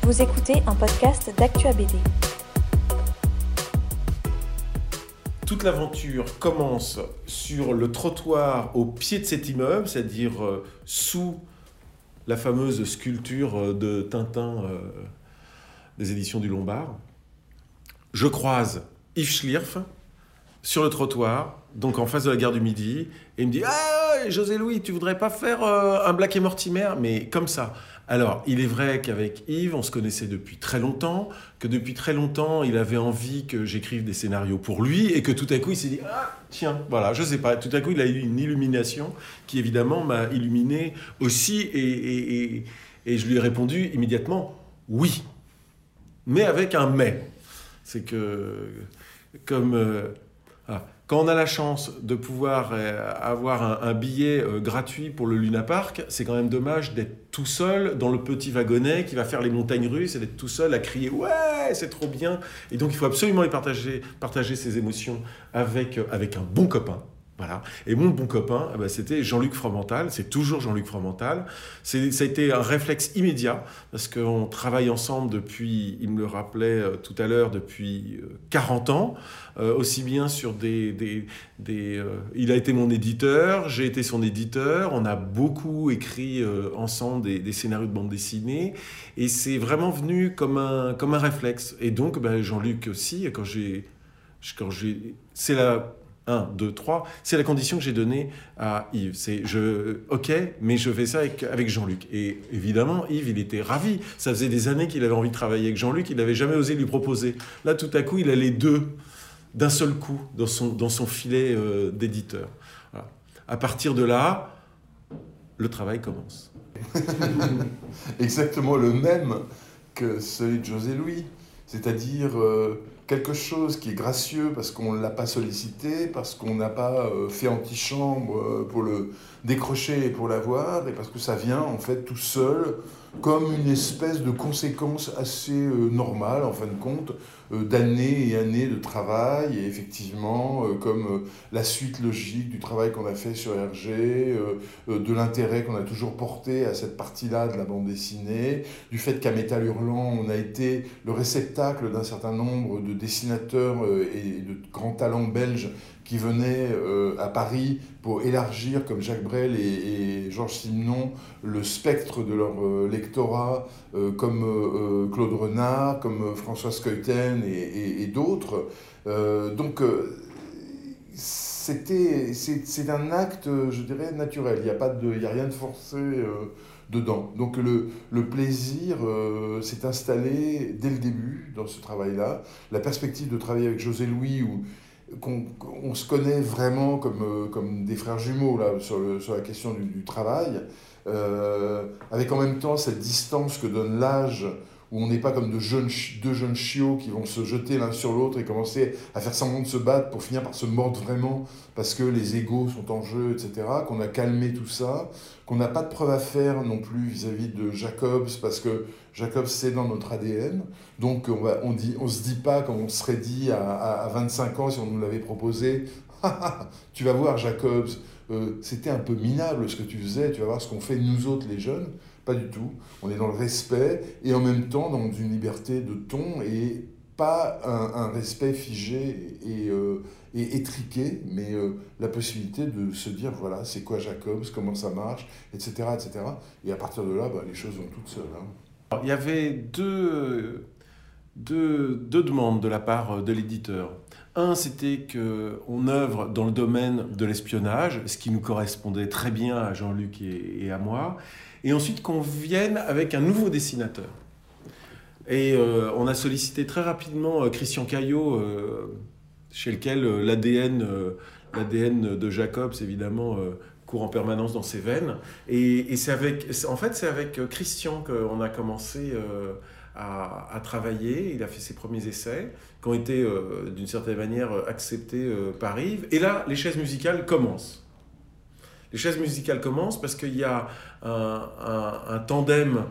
Vous écoutez un podcast d'Actua BD. Toute l'aventure commence sur le trottoir au pied de cet immeuble, c'est-à-dire sous la fameuse sculpture de Tintin des éditions du Lombard. Je croise Yves Schlierf sur le trottoir, donc en face de la gare du Midi, et il me dit « Ah, José Louis, tu voudrais pas faire un Black et Mortimer ?» Mais comme ça. Alors, il est vrai qu'avec Yves, on se connaissait depuis très longtemps, que depuis très longtemps, il avait envie que j'écrive des scénarios pour lui, et que tout à coup, il s'est dit « Ah, tiens, voilà, je sais pas ». Tout à coup, il a eu une illumination qui, évidemment, m'a illuminé aussi, et je lui ai répondu immédiatement « Oui ». Mais avec un « mais ». C'est que, comme... Quand on a la chance de pouvoir avoir un billet gratuit pour le Luna Park, c'est quand même dommage d'être tout seul dans le petit wagonnet qui va faire les montagnes russes et d'être tout seul à crier « Ouais, c'est trop bien !» Et donc, il faut absolument partager ces émotions avec un bon copain. Voilà. Et mon bon copain, c'était Jean-Luc Fromental, c'est toujours Jean-Luc Fromental. Ça a été un réflexe immédiat, parce qu'on travaille ensemble depuis, il me le rappelait tout à l'heure, depuis 40 ans, aussi bien sur il a été mon éditeur, j'ai été son éditeur, on a beaucoup écrit ensemble des scénarios de bande dessinée, et c'est vraiment venu comme un réflexe. Et donc, Jean-Luc aussi, c'est la... 1, 2, 3, c'est la condition que j'ai donnée à Yves. Ok, mais je fais ça avec Jean-Luc. Et évidemment, Yves, il était ravi. Ça faisait des années qu'il avait envie de travailler avec Jean-Luc, il n'avait jamais osé lui proposer. Là, tout à coup, il a les deux d'un seul coup dans son filet d'éditeur. Voilà. À partir de là, le travail commence. Exactement le même que celui de José Louis, c'est-à-dire quelque chose qui est gracieux parce qu'on ne l'a pas sollicité, parce qu'on n'a pas fait antichambre pour le décrocher et pour l'avoir, et parce que ça vient en fait tout seul, comme une espèce de conséquence assez normale, en fin de compte, d'années et années de travail, et effectivement, comme la suite logique du travail qu'on a fait sur Hergé, de l'intérêt qu'on a toujours porté à cette partie-là de la bande dessinée, du fait qu'à Métal Hurlant, on a été le réceptacle d'un certain nombre de dessinateurs et de grands talents belges qui venaient à Paris pour élargir, comme Jacques Brel et Georges Simenon, le spectre de leur lectorat, comme Claude Renard, comme François Skeuten et d'autres. C'est un acte, je dirais, naturel. Il n'y a rien de forcé dedans. Donc le plaisir s'est installé dès le début dans ce travail-là. La perspective de travailler avec José Louis, on se connaît vraiment comme des frères jumeaux là, sur la question du travail, avec en même temps cette distance que donne l'âge, où on n'est pas comme deux jeunes chiots qui vont se jeter l'un sur l'autre et commencer à faire semblant de se battre pour finir par se mordre vraiment parce que les égos sont en jeu, etc., qu'on a calmé tout ça, qu'on n'a pas de preuve à faire non plus vis-à-vis de Jacobs, parce que Jacobs, c'est dans notre ADN. Donc on se dit pas, comme on serait dit à 25 ans si on nous l'avait proposé, « Tu vas voir Jacobs, c'était un peu minable ce que tu faisais, tu vas voir ce qu'on fait nous autres les jeunes ». Pas du tout. On est dans le respect et en même temps dans une liberté de ton et pas un respect figé et étriqué, mais la possibilité de se dire voilà, c'est quoi Jacobs, comment ça marche, etc. etc. Et à partir de là, les choses vont toutes seules. Hein. Il y avait deux demandes de la part de l'éditeur. Un, c'était qu'on œuvre dans le domaine de l'espionnage, ce qui nous correspondait très bien à Jean-Luc et à moi. Et ensuite qu'on vienne avec un nouveau dessinateur. Et on a sollicité très rapidement Christian Caillot, chez lequel l'ADN de Jacobs, évidemment, court en permanence dans ses veines. Et c'est avec Christian qu'on a commencé à travailler. Il a fait ses premiers essais, qui ont été, d'une certaine manière, acceptés par Yves. Et là, les chaises musicales commencent. Les chaises musicales commencent parce qu'il y a un tandem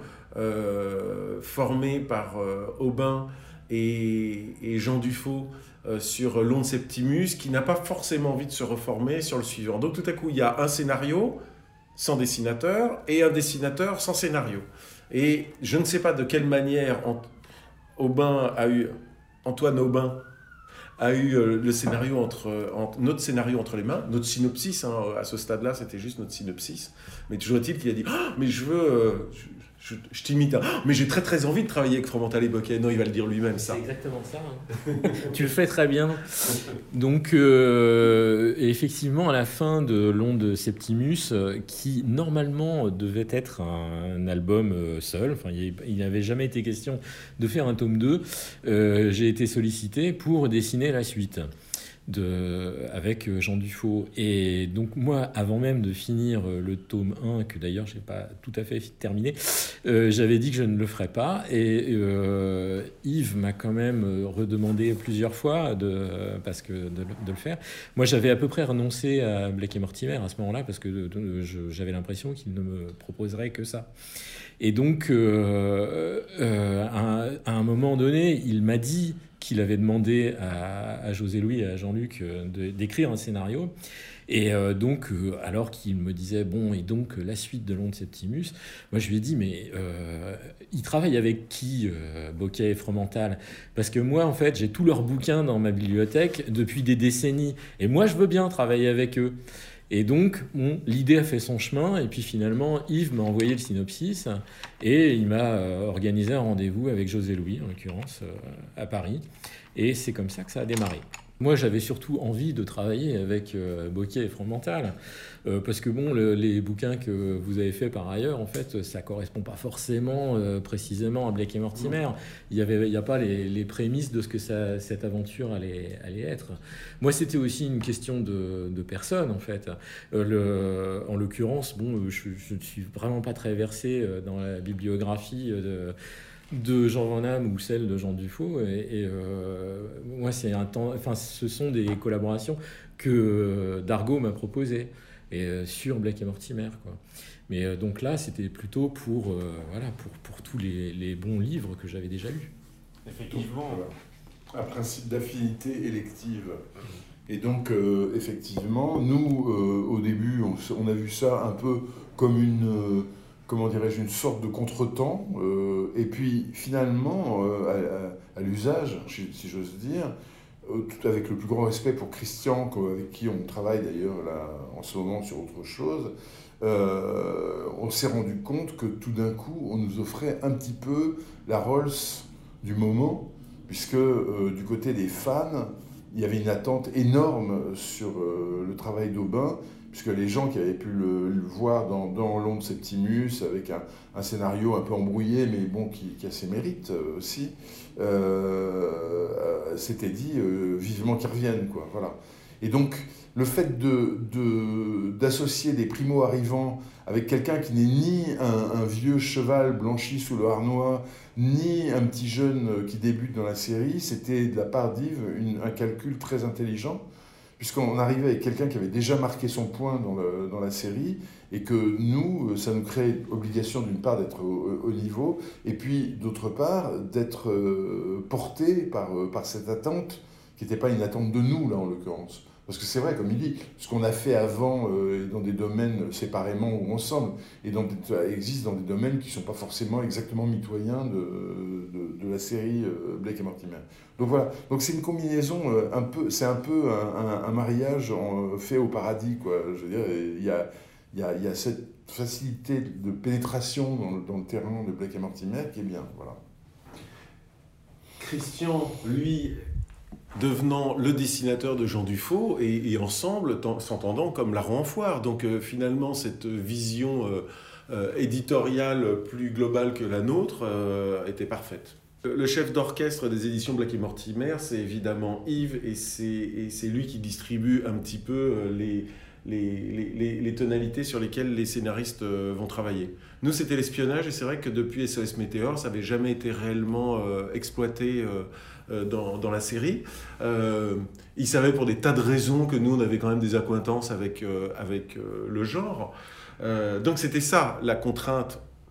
formé par Aubin et Jean Dufaux sur l'Onde Septimus qui n'a pas forcément envie de se reformer sur le suivant. Donc tout à coup, il y a un scénario sans dessinateur et un dessinateur sans scénario. Et je ne sais pas de quelle manière Antoine Aubin a eu le scénario notre scénario entre les mains, notre synopsis, hein, à ce stade-là, c'était juste notre synopsis. Mais toujours est-il qu'il a dit « mais je veux... je t'imite, hein. Mais j'ai très très envie de travailler avec Fromental et Bocquet. » Non, il va le dire lui-même, ça. C'est exactement ça. Hein. Tu le fais très bien. Donc, effectivement, à la fin de l'Onde Septimus, qui normalement devait être un album seul, enfin, il n'avait jamais été question de faire un tome 2, j'ai été sollicité pour dessiner la suite. Avec Jean Dufaux. Et donc moi, avant même de finir le tome 1, que d'ailleurs je n'ai pas tout à fait terminé, j'avais dit que je ne le ferais pas. Et Yves m'a quand même redemandé plusieurs fois de le faire. Moi, j'avais à peu près renoncé à Blake et Mortimer à ce moment-là, parce que j'avais l'impression qu'il ne me proposerait que ça. Et donc, à un moment donné, il m'a dit qu'il avait demandé à José Louis et à Jean-Luc d'écrire un scénario. Et donc, alors qu'il me disait, bon, et donc la suite de l'Onde Septimus, moi je lui ai dit, mais ils travaillent avec qui, Bocquet et Fromental? Parce que moi, en fait, j'ai tous leurs bouquins dans ma bibliothèque depuis des décennies. Et moi, je veux bien travailler avec eux. Et donc, l'idée a fait son chemin, et puis finalement, Yves m'a envoyé le synopsis, et il m'a organisé un rendez-vous avec José Louis, en l'occurrence, à Paris. Et c'est comme ça que ça a démarré. Moi, j'avais surtout envie de travailler avec Bocquet et Fromental, parce que bon, les bouquins que vous avez faits par ailleurs, en fait, ça correspond pas forcément précisément à Blake et Mortimer. Il y a pas les prémices de ce que cette aventure allait être. Moi, c'était aussi une question de personne, en fait. En l'occurrence, bon, je ne suis vraiment pas très versé dans la bibliographie de Jean Van Damme ou celle de Jean Dufaux, et moi ce sont des collaborations que Dargaud m'a proposées, et sur Blake et Mortimer, quoi. Mais donc là c'était plutôt pour tous les bons livres que j'avais déjà lus. Effectivement, un principe d'affinité élective. Et donc effectivement, nous au début on a vu ça un peu comme une une sorte de contretemps, et puis finalement, à l'usage, si j'ose dire, tout avec le plus grand respect pour Christian, avec qui on travaille d'ailleurs là, en ce moment sur autre chose, on s'est rendu compte que tout d'un coup, on nous offrait un petit peu la Rolls du moment, puisque du côté des fans, il y avait une attente énorme sur le travail d'Aubin, puisque les gens qui avaient pu le voir dans l'Onde Septimus, avec un scénario un peu embrouillé, mais bon, qui a ses mérites aussi, s'étaient dit vivement qu'ils reviennent, quoi. Voilà. Et donc, le fait d'associer des primo-arrivants avec quelqu'un qui n'est ni un vieux cheval blanchi sous le harnois, ni un petit jeune qui débute dans la série, c'était de la part d'Yves un calcul très intelligent, puisqu'on arrivait avec quelqu'un qui avait déjà marqué son point dans la série, et que nous, ça nous crée obligation d'une part d'être au niveau, et puis d'autre part d'être porté par cette attente, qui n'était pas une attente de nous, là, en l'occurrence. Parce que c'est vrai, comme il dit, ce qu'on a fait avant dans des domaines séparément ou ensemble, existe dans des domaines qui ne sont pas forcément exactement mitoyens de la série Blake et Mortimer. Donc voilà, donc c'est une combinaison c'est un peu un mariage fait au paradis, quoi. Je veux dire, il y a cette facilité de pénétration dans le terrain de Blake et Mortimer qui est bien, voilà. Christian, lui, devenant le dessinateur de Jean Dufaux, et ensemble s'entendant comme la roue en foire. Donc finalement, cette vision éditoriale plus globale que la nôtre était parfaite. Le chef d'orchestre des éditions Blake et Mortimer, c'est évidemment Yves, et c'est lui qui distribue un petit peu les tonalités sur lesquelles les scénaristes vont travailler. Nous, c'était l'espionnage, et c'est vrai que depuis SOS Météor, ça n'avait jamais été réellement exploité dans la série. Il savait pour des tas de raisons que nous, on avait quand même des accointances avec le genre. Donc c'était ça, la contrainte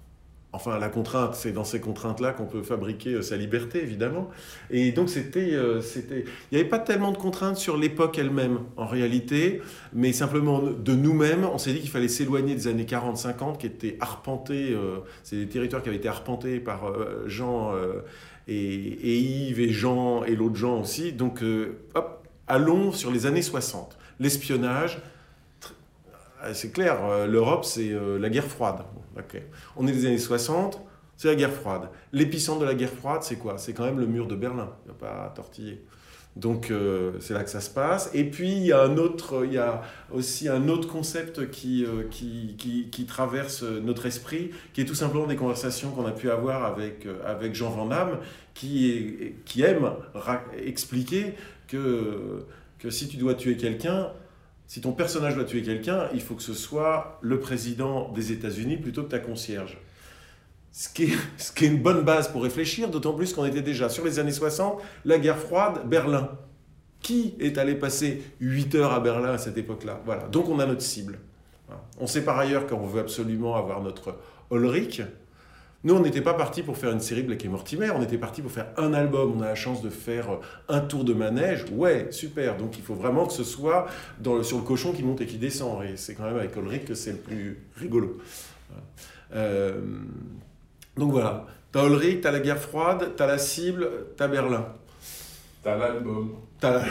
Enfin, la contrainte, c'est dans ces contraintes-là qu'on peut fabriquer sa liberté, évidemment. Et donc, il n'y avait pas tellement de contraintes sur l'époque elle-même, en réalité, mais simplement de nous-mêmes, on s'est dit qu'il fallait s'éloigner des années 40-50, qui étaient arpentés, c'est des territoires qui avaient été arpentés par Jean et Yves et Jean et l'autre Jean aussi. Donc, hop, allons sur les années 60. L'espionnage, c'est clair, l'Europe, c'est la guerre froide. Bon, okay. On est des années 60, c'est la guerre froide. L'épicentre de la guerre froide, c'est quoi? C'est quand même le mur de Berlin, il n'y a pas à tortiller. Donc, c'est là que ça se passe. Et puis, il y a aussi un autre concept qui traverse notre esprit, qui est tout simplement des conversations qu'on a pu avoir avec Jean Van Damme, qui aime expliquer que si tu dois tuer quelqu'un, si ton personnage doit tuer quelqu'un, il faut que ce soit le président des États-Unis plutôt que ta concierge. Ce qui est une bonne base pour réfléchir, d'autant plus qu'on était déjà sur les années 60, la guerre froide, Berlin. Qui est allé passer 8 heures à Berlin à cette époque-là? Voilà. Donc on a notre cible. Voilà. On sait par ailleurs qu'on veut absolument avoir notre Ulrich. Nous, on n'était pas partis pour faire une série Blake et Mortimer, on était partis pour faire un album. On a la chance de faire un tour de manège. Ouais, super. Donc il faut vraiment que ce soit sur le cochon qui monte et qui descend. Et c'est quand même avec Ulrich que c'est le plus rigolo. Voilà. Donc voilà. T'as Ulrich, t'as la guerre froide, t'as la cible, t'as Berlin. T'as l'album. T'as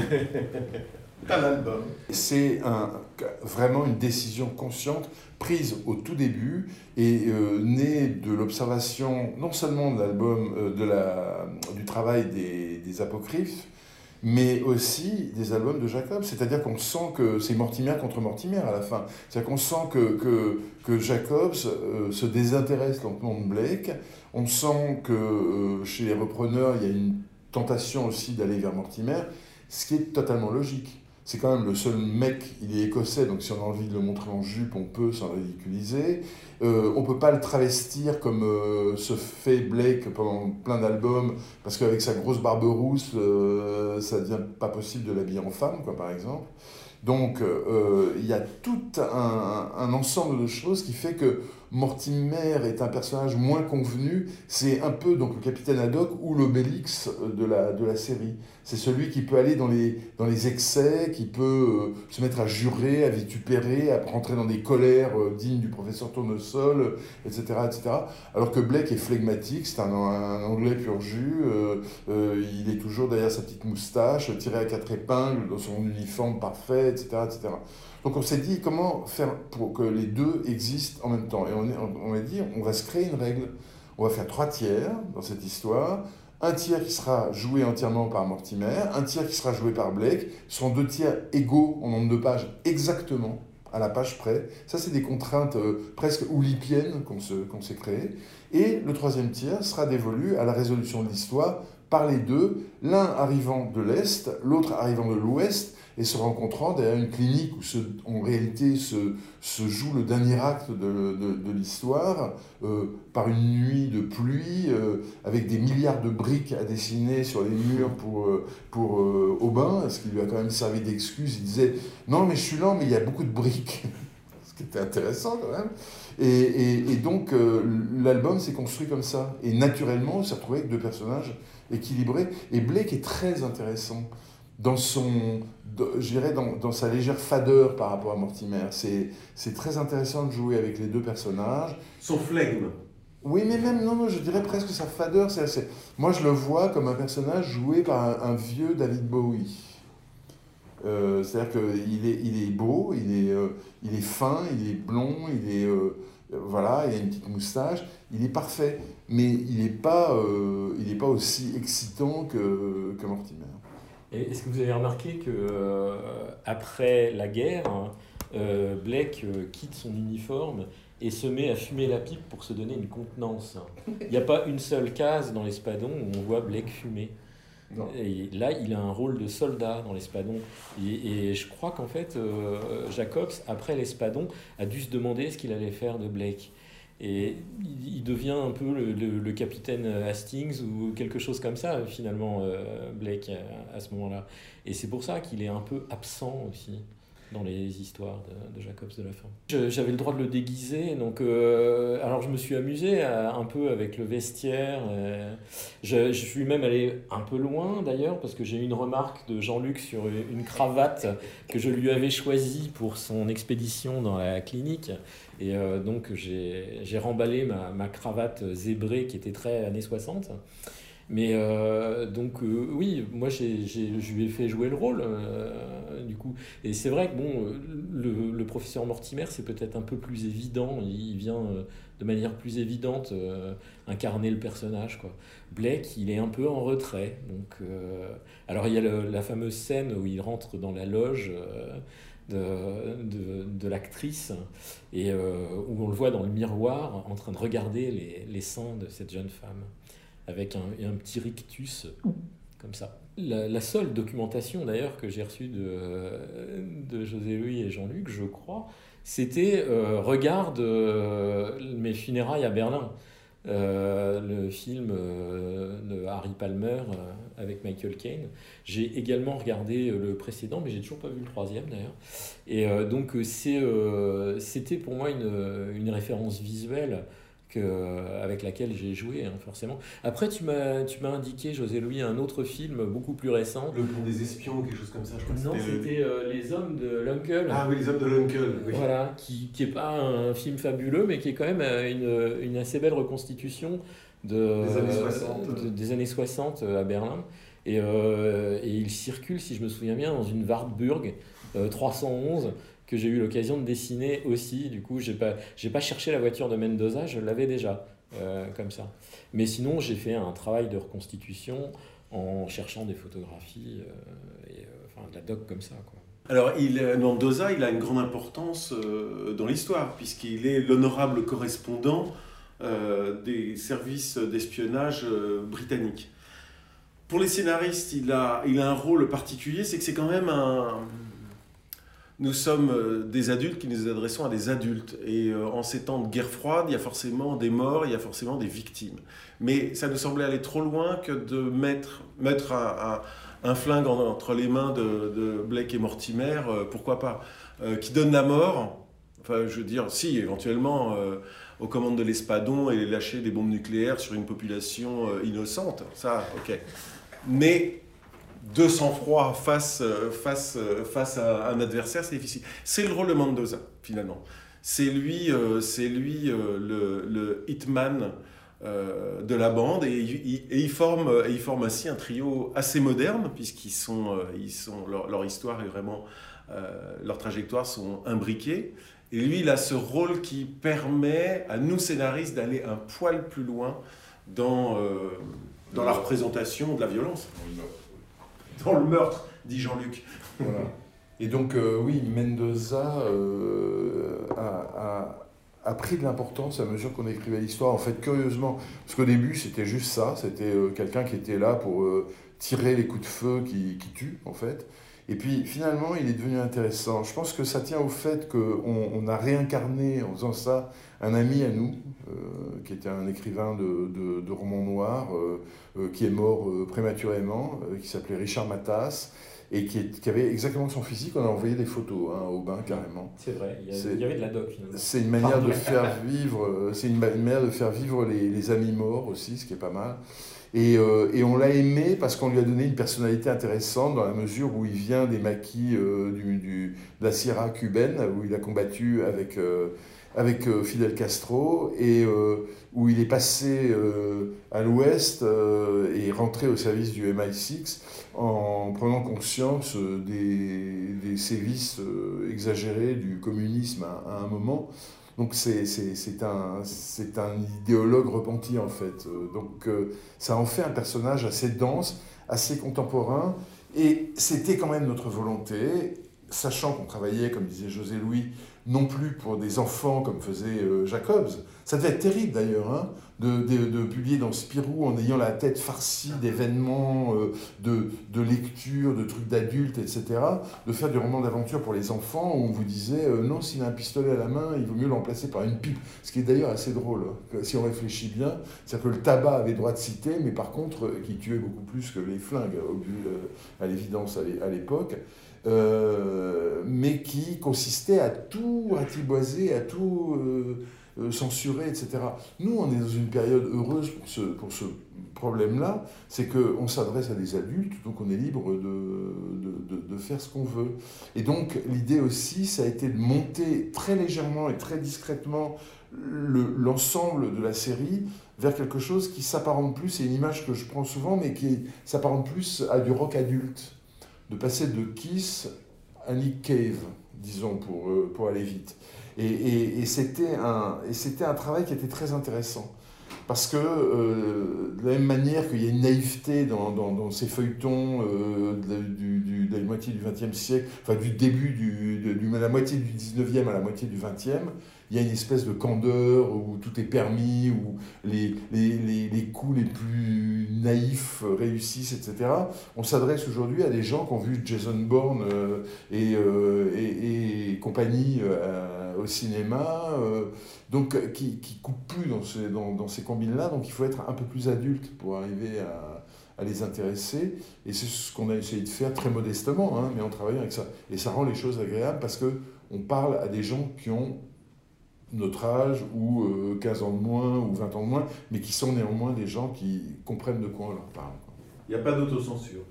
l'album. C'est vraiment une décision consciente prise au tout début et née de l'observation non seulement de l'album, du travail des apocryphes, mais aussi des albums de Jacob. C'est-à-dire qu'on sent que c'est Mortimer contre Mortimer à la fin. C'est-à-dire qu'on sent que Jacobs se désintéresse lentement de Blake. On sent que chez les repreneurs, il y a une tentation aussi d'aller vers Mortimer, ce qui est totalement logique. C'est quand même le seul mec, il est écossais, donc si on a envie de le montrer en jupe, on peut s'en ridiculiser. On ne peut pas le travestir comme se fait Blake pendant plein d'albums, parce qu'avec sa grosse barbe rousse, ça ne devient pas possible de l'habiller en femme, quoi, par exemple. Donc il y a tout un ensemble de choses qui fait que Mortimer est un personnage moins convenu. C'est un peu donc le capitaine Haddock ou l'Obélix de la série. C'est celui qui peut aller dans les excès, qui peut se mettre à jurer, à vitupérer, à rentrer dans des colères dignes du professeur Tournesol, etc., etc. Alors que Blake est flegmatique, c'est un Anglais pur jus, il est toujours derrière sa petite moustache, tiré à 4 épingles, dans son uniforme parfait, etc., etc. Donc on s'est dit comment faire pour que les deux existent en même temps. Et on a dit on va se créer une règle. On va faire 3 tiers dans cette histoire. Un tiers qui sera joué entièrement par Mortimer, un tiers qui sera joué par Blake. Ce seront 2 tiers égaux en nombre de pages exactement, à la page près. Ça, c'est des contraintes presque oulipiennes qu'on s'est créées. Et le 3e tiers sera dévolu à la résolution de l'histoire par les deux, l'un arrivant de l'Est, l'autre arrivant de l'Ouest, et se rencontrant derrière une clinique où en réalité se joue le dernier acte de l'histoire, par une nuit de pluie, avec des milliards de briques à dessiner sur les murs pour Aubin, ce qui lui a quand même servi d'excuse. Il disait « Non, mais je suis lent, mais il y a beaucoup de briques ». Ce qui était intéressant quand même. Et donc l'album s'est construit comme ça. Et naturellement, on s'est retrouvé avec 2 personnages équilibrés. Et Blake est très intéressant dans sa légère fadeur par rapport à Mortimer. C'est très intéressant de jouer avec les 2 personnages. Son flegme. Oui, mais même, non, je dirais presque sa fadeur. Moi, je le vois comme un personnage joué par un vieux David Bowie. C'est-à-dire qu'il est beau, il est fin, il est blond, voilà, il a une petite moustache, il est parfait, mais il n'est pas aussi excitant que Mortimer. Et est-ce que vous avez remarqué que après la guerre, Blake quitte son uniforme et se met à fumer la pipe pour se donner une contenance? Il n'y a pas une seule case dans l'Espadon où on voit Blake fumer. Non. Et là, il a un rôle de soldat dans l'Espadon. Et je crois qu'en fait, Jacobs, après l'Espadon, a dû se demander ce qu'il allait faire de Blake. Et il devient un peu le capitaine Hastings ou quelque chose comme ça, finalement, Blake, à ce moment-là. Et c'est pour ça qu'il est un peu absent aussi. dans les histoires de Jacobs de la fin. J'avais le droit de le déguiser, donc alors je me suis amusé un peu avec le vestiaire. Je suis même allé un peu loin d'ailleurs, parce que j'ai eu une remarque de Jean-Luc sur une cravate que je lui avais choisie pour son expédition dans la clinique. Et donc j'ai remballé ma cravate zébrée qui était très années 60. Mais oui, moi je lui ai fait jouer le rôle du coup. Et c'est vrai que bon, le professeur Mortimer, c'est peut-être un peu plus évident, il vient de manière plus évidente incarner le personnage, quoi. Blake, il est un peu en retrait. Donc, alors il y a la fameuse scène où il rentre dans la loge de l'actrice et où on le voit dans le miroir en train de regarder les seins de cette jeune femme, avec un petit rictus comme ça. La seule documentation d'ailleurs que j'ai reçue de José Louis et Jean-Luc, je crois, c'était regarde mes funérailles à Berlin, le film de Harry Palmer avec Michael Caine. J'ai également regardé le précédent, mais j'ai toujours pas vu le troisième d'ailleurs. Et donc c'était pour moi une référence visuelle avec laquelle j'ai joué, hein, forcément. Après, tu m'as indiqué, José Louis, un autre film beaucoup plus récent. Le Pont des Espions ou quelque chose comme ça, je crois. Non, c'était Les Hommes de l'Uncle. Ah oui, Les Hommes de l'Uncle. Oui. Voilà, qui est pas un film fabuleux, mais qui est quand même une assez belle reconstitution des années 60 à Berlin. Et il circule, si je me souviens bien, dans une Wartburg 311, que j'ai eu l'occasion de dessiner aussi. Du coup, j'ai pas cherché la voiture de Mendoza, je l'avais déjà, comme ça. Mais sinon, j'ai fait un travail de reconstitution en cherchant des photographies, enfin de la doc comme ça, quoi. Alors, Mendoza, il a une grande importance dans l'histoire, puisqu'il est l'honorable correspondant des services d'espionnage britanniques. Pour les scénaristes, il a un rôle particulier, c'est que c'est quand même Nous sommes des adultes qui nous adressons à des adultes. Et en ces temps de guerre froide, il y a forcément des morts, il y a forcément des victimes. Mais ça nous semblait aller trop loin que de mettre un flingue entre les mains de Blake et Mortimer, pourquoi pas, qui donne la mort. Enfin, je veux dire, si, éventuellement, aux commandes de l'Espadon et lâcher des bombes nucléaires sur une population innocente, ça, ok. Mais de sang-froid face à un adversaire, c'est difficile. C'est le rôle de Mendoza, finalement. C'est lui le hitman de la bande, et il forme ainsi un trio assez moderne, leur histoire est vraiment, leurs trajectoires sont imbriquées. Et lui, il a ce rôle qui permet à nous scénaristes d'aller un poil plus loin dans la représentation de la violence. Dans le meurtre, dit Jean-Luc. Voilà. Et donc, oui, Mendoza a pris de l'importance à mesure qu'on écrivait l'histoire. En fait, curieusement, parce qu'au début, c'était juste ça. C'était quelqu'un qui était là pour tirer les coups de feu qui tuent, en fait. Et puis, finalement, il est devenu intéressant. Je pense que ça tient au fait qu'on a réincarné, en faisant ça, un ami à nous, qui était un écrivain de romans noirs, qui est mort prématurément, qui s'appelait Richard Matas, et qui avait exactement son physique. On a envoyé des photos au bain, carrément. C'est vrai, il y avait de la doc, finalement. C'est une manière de faire vivre, les amis morts aussi, ce qui est pas mal. Et on l'a aimé parce qu'on lui a donné une personnalité intéressante, dans la mesure où il vient des maquis de la Sierra cubaine, où il a combattu avec Fidel Castro, et où il est passé à l'ouest et rentré au service du MI6 en prenant conscience des sévices exagérés du communisme à un moment. Donc c'est un idéologue repenti, en fait. Donc ça en fait un personnage assez dense, assez contemporain, et c'était quand même notre volonté, sachant qu'on travaillait, comme disait José Louis, non plus pour des enfants comme faisait Jacobs. Ça devait être terrible d'ailleurs, hein, de publier dans Spirou en ayant la tête farcie d'événements, de lectures, de trucs d'adultes, etc. De faire du roman d'aventure pour les enfants où on vous disait non, s'il a un pistolet à la main, il vaut mieux l'emplacer par une pipe. Ce qui est d'ailleurs assez drôle, hein, si on réfléchit bien. C'est-à-dire que le tabac avait droit de citer, mais par contre, qui tuait beaucoup plus que les flingues, à l'évidence à l'époque. mais qui consistait à tout ratiboiser, à tout censurer, etc. Nous, on est dans une période heureuse pour ce problème-là, c'est qu'on s'adresse à des adultes, donc on est libre de faire ce qu'on veut. Et donc, l'idée aussi, ça a été de monter très légèrement et très discrètement l'ensemble de la série vers quelque chose qui s'apparente plus, c'est une image que je prends souvent, mais qui s'apparente plus à du rock adulte, de passer de Kiss à Nick Cave, disons, pour aller vite. Et c'était un travail qui était très intéressant. Parce que, de la même manière qu'il y a une naïveté dans ces feuilletons de la moitié du XXe siècle, enfin du début, de la moitié du XIXe à la moitié du XXe, il y a une espèce de candeur où tout est permis, où les coups les plus naïfs réussissent, etc. On s'adresse aujourd'hui à des gens qui ont vu Jason Bourne et compagnie au cinéma, donc qui coupent plus dans ces combines-là, donc il faut être un peu plus adulte pour arriver à les intéresser, et c'est ce qu'on a essayé de faire très modestement, hein, mais en travaillant avec ça. Et ça rend les choses agréables parce qu'on parle à des gens qui ont notre âge, ou 15 ans de moins, ou 20 ans de moins, mais qui sont néanmoins des gens qui comprennent de quoi on leur parle. Il n'y a pas d'autocensure.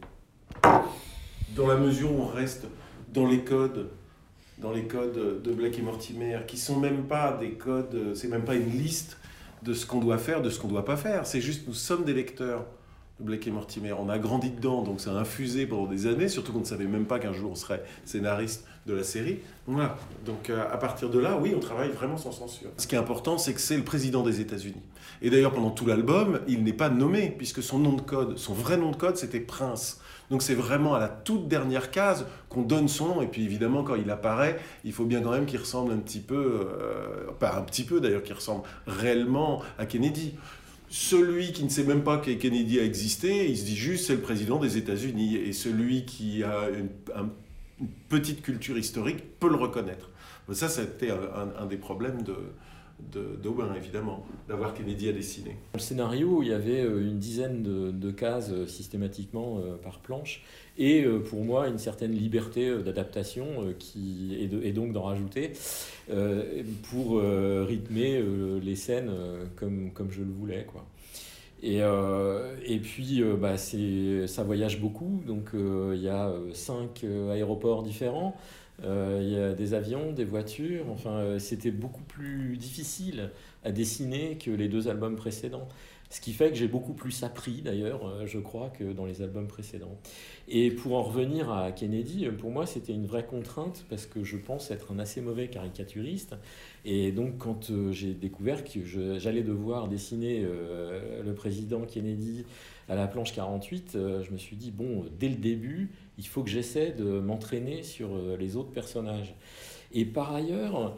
Dans la mesure où on reste dans les codes de Blake et Mortimer, qui sont même pas des codes, c'est même pas une liste de ce qu'on doit faire, de ce qu'on doit pas faire. C'est juste, nous sommes des lecteurs de Blake et Mortimer. On a grandi dedans, donc ça a infusé pendant des années, surtout qu'on ne savait même pas qu'un jour on serait scénariste de la série. Voilà. Donc à partir de là, oui, on travaille vraiment sans censure. Ce qui est important, c'est que c'est le président des États-Unis. Et d'ailleurs, pendant tout l'album, il n'est pas nommé, puisque son nom de code, son vrai nom de code, c'était Prince. Donc c'est vraiment à la toute dernière case qu'on donne son nom. Et puis évidemment, quand il apparaît, il faut bien quand même qu'il ressemble un petit peu, pas un petit peu d'ailleurs, qu'il ressemble réellement à Kennedy. Celui qui ne sait même pas que Kennedy a existé, il se dit juste c'est le président des États-Unis. Et celui qui a une petite culture historique peut le reconnaître. Ça, c'était un des problèmes d'Aubin, évidemment, d'avoir Kennedy à dessiner. Dans le scénario, il y avait une dizaine de cases systématiquement par planche, et pour moi, une certaine liberté d'adaptation et donc d'en rajouter pour rythmer les scènes comme je le voulais, quoi. Et puis, ça voyage beaucoup, donc il y a 5 aéroports différents. Il y a des avions, des voitures, enfin c'était beaucoup plus difficile à dessiner que les 2 albums précédents. Ce qui fait que j'ai beaucoup plus appris d'ailleurs, je crois, que dans les albums précédents. Et pour en revenir à Kennedy, pour moi c'était une vraie contrainte parce que je pense être un assez mauvais caricaturiste. Et donc quand j'ai découvert que j'allais devoir dessiner le président Kennedy à la planche 48, je me suis dit, bon, dès le début, il faut que j'essaie de m'entraîner sur les autres personnages. Et par ailleurs,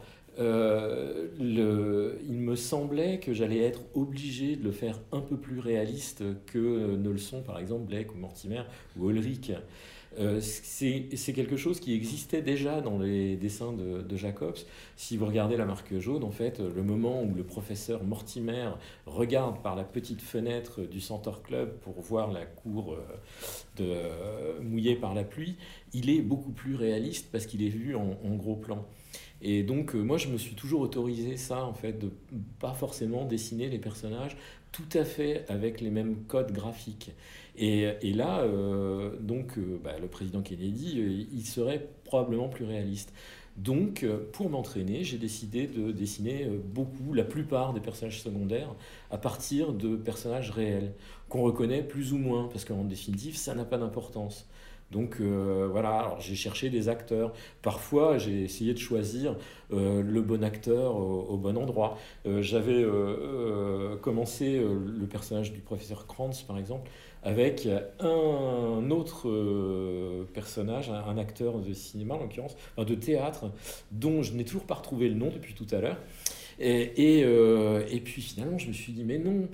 il me semblait que j'allais être obligé de le faire un peu plus réaliste que ne le sont par exemple Blake ou Mortimer ou Ulrich. C'est quelque chose qui existait déjà dans les dessins de Jacobs. Si vous regardez La Marque jaune, en fait, le moment où le professeur Mortimer regarde par la petite fenêtre du Center Club pour voir la cour mouillée par la pluie, il est beaucoup plus réaliste parce qu'il est vu en gros plan. Et donc, moi, je me suis toujours autorisé ça, en fait, de pas forcément dessiner les personnages tout à fait avec les mêmes codes graphiques. Et là, le président Kennedy, il serait probablement plus réaliste. Donc, pour m'entraîner, j'ai décidé de dessiner la plupart des personnages secondaires à partir de personnages réels, qu'on reconnaît plus ou moins, parce qu'en définitive, ça n'a pas d'importance. Donc voilà, alors j'ai cherché des acteurs. Parfois, j'ai essayé de choisir le bon acteur au bon endroit. J'avais commencé le personnage du professeur Krantz, par exemple, avec un autre personnage, un acteur de cinéma en l'occurrence, de théâtre, dont je n'ai toujours pas retrouvé le nom depuis tout à l'heure. Et puis finalement, je me suis dit, mais non,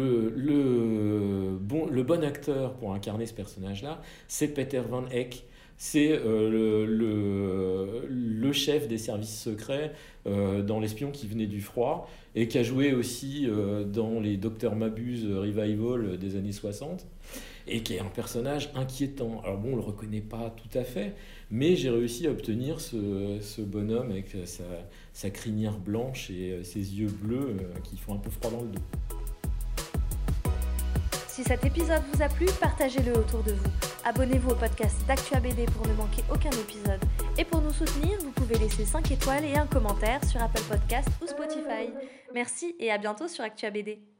le bon acteur pour incarner ce personnage-là, c'est Peter Van Eyck. c'est le chef des services secrets dans L'espion qui venait du froid et qui a joué aussi dans les Dr Mabuse Revival des années 60 et qui est un personnage inquiétant. Alors bon, on le reconnaît pas tout à fait, mais j'ai réussi à obtenir ce bonhomme avec sa crinière blanche et ses yeux bleus qui font un peu froid dans le dos. Si cet épisode vous a plu, partagez-le autour de vous. Abonnez-vous au podcast d'Actua BD pour ne manquer aucun épisode. Et pour nous soutenir, vous pouvez laisser 5 étoiles et un commentaire sur Apple Podcasts ou Spotify. Merci et à bientôt sur Actua BD.